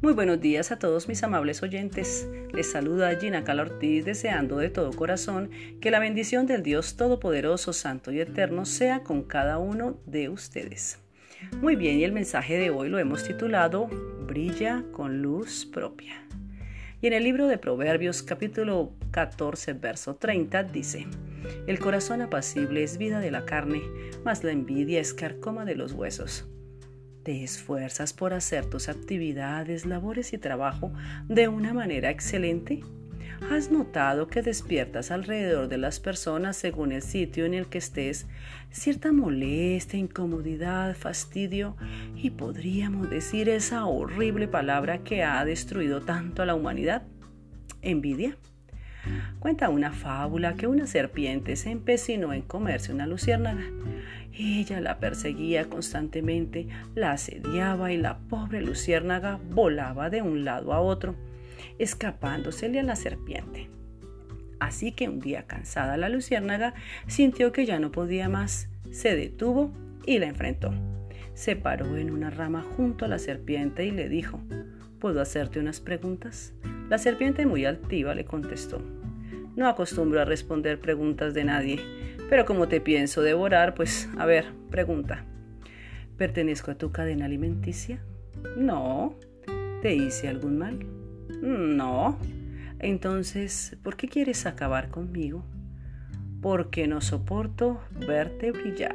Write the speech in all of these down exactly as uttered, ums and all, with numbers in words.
Muy buenos días a todos mis amables oyentes. Les saluda Gina Cala Ortiz, deseando de todo corazón que la bendición del Dios Todopoderoso, Santo y Eterno sea con cada uno de ustedes. Muy bien, y el mensaje de hoy lo hemos titulado Brilla con luz propia. Y en el libro de Proverbios, capítulo catorce, verso treinta, dice: El corazón apacible es vida de la carne, mas la envidia es carcoma de los huesos. Te esfuerzas por hacer tus actividades, labores y trabajo de una manera excelente. ¿Has notado que despiertas alrededor de las personas, según el sitio en el que estés, cierta molestia, incomodidad, fastidio y podríamos decir esa horrible palabra que ha destruido tanto a la humanidad? Envidia. Cuenta una fábula que una serpiente se empecinó en comerse una luciérnaga. Ella la perseguía constantemente, la asediaba y la pobre luciérnaga volaba de un lado a otro, escapándosele a la serpiente. Así que un día, cansada la luciérnaga, sintió que ya no podía más, se detuvo y la enfrentó. Se paró en una rama junto a la serpiente y le dijo: ¿Puedo hacerte unas preguntas? La serpiente, muy altiva, le contestó: No acostumbro a responder preguntas de nadie, pero como te pienso devorar, pues, a ver, pregunta. ¿Pertenezco a tu cadena alimenticia? No. ¿Te hice algún mal? No. Entonces, ¿por qué quieres acabar conmigo? Porque no soporto verte brillar.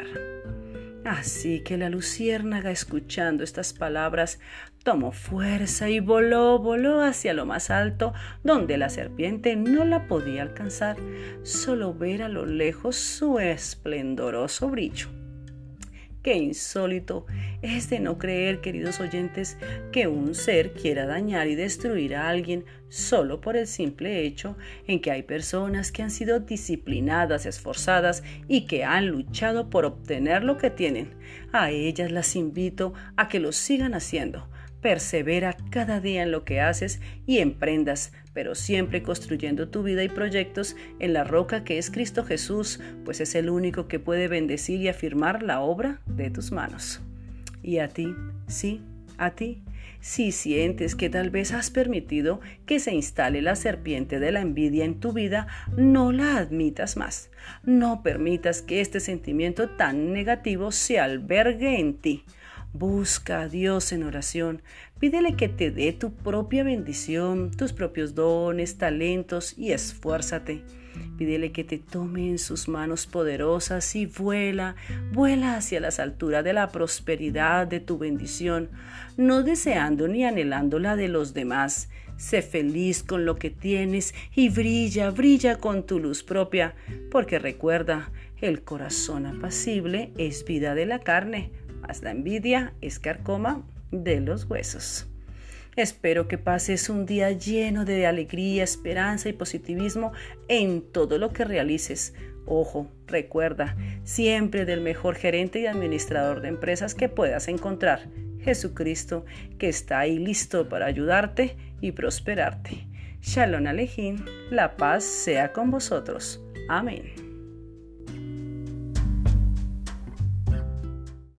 Así que la luciérnaga, escuchando estas palabras, tomó fuerza y voló, voló hacia lo más alto, donde la serpiente no la podía alcanzar, solo ver a lo lejos su esplendoroso brillo. ¡Qué insólito! Es de no creer, queridos oyentes, que un ser quiera dañar y destruir a alguien solo por el simple hecho en que hay personas que han sido disciplinadas, esforzadas y que han luchado por obtener lo que tienen. A ellas las invito a que lo sigan haciendo. Persevera cada día en lo que haces y emprendas, pero siempre construyendo tu vida y proyectos en la roca que es Cristo Jesús, pues es el único que puede bendecir y afirmar la obra de tus manos. Y a ti, sí, a ti, si sientes que tal vez has permitido que se instale la serpiente de la envidia en tu vida, no la admitas más. No permitas que este sentimiento tan negativo se albergue en ti. Busca a Dios en oración, pídele que te dé tu propia bendición, tus propios dones, talentos y esfuérzate. Pídele que te tome en sus manos poderosas y vuela, vuela hacia las alturas de la prosperidad de tu bendición, no deseando ni anhelando la de los demás. Sé feliz con lo que tienes y brilla, brilla con tu luz propia, porque recuerda, el corazón apacible es vida de la carne, mas la envidia es carcoma de los huesos. Espero que pases un día lleno de alegría, esperanza y positivismo en todo lo que realices. Ojo, recuerda, siempre del mejor gerente y administrador de empresas que puedas encontrar, Jesucristo, que está ahí listo para ayudarte y prosperarte. Shalom Alejín, la paz sea con vosotros. Amén.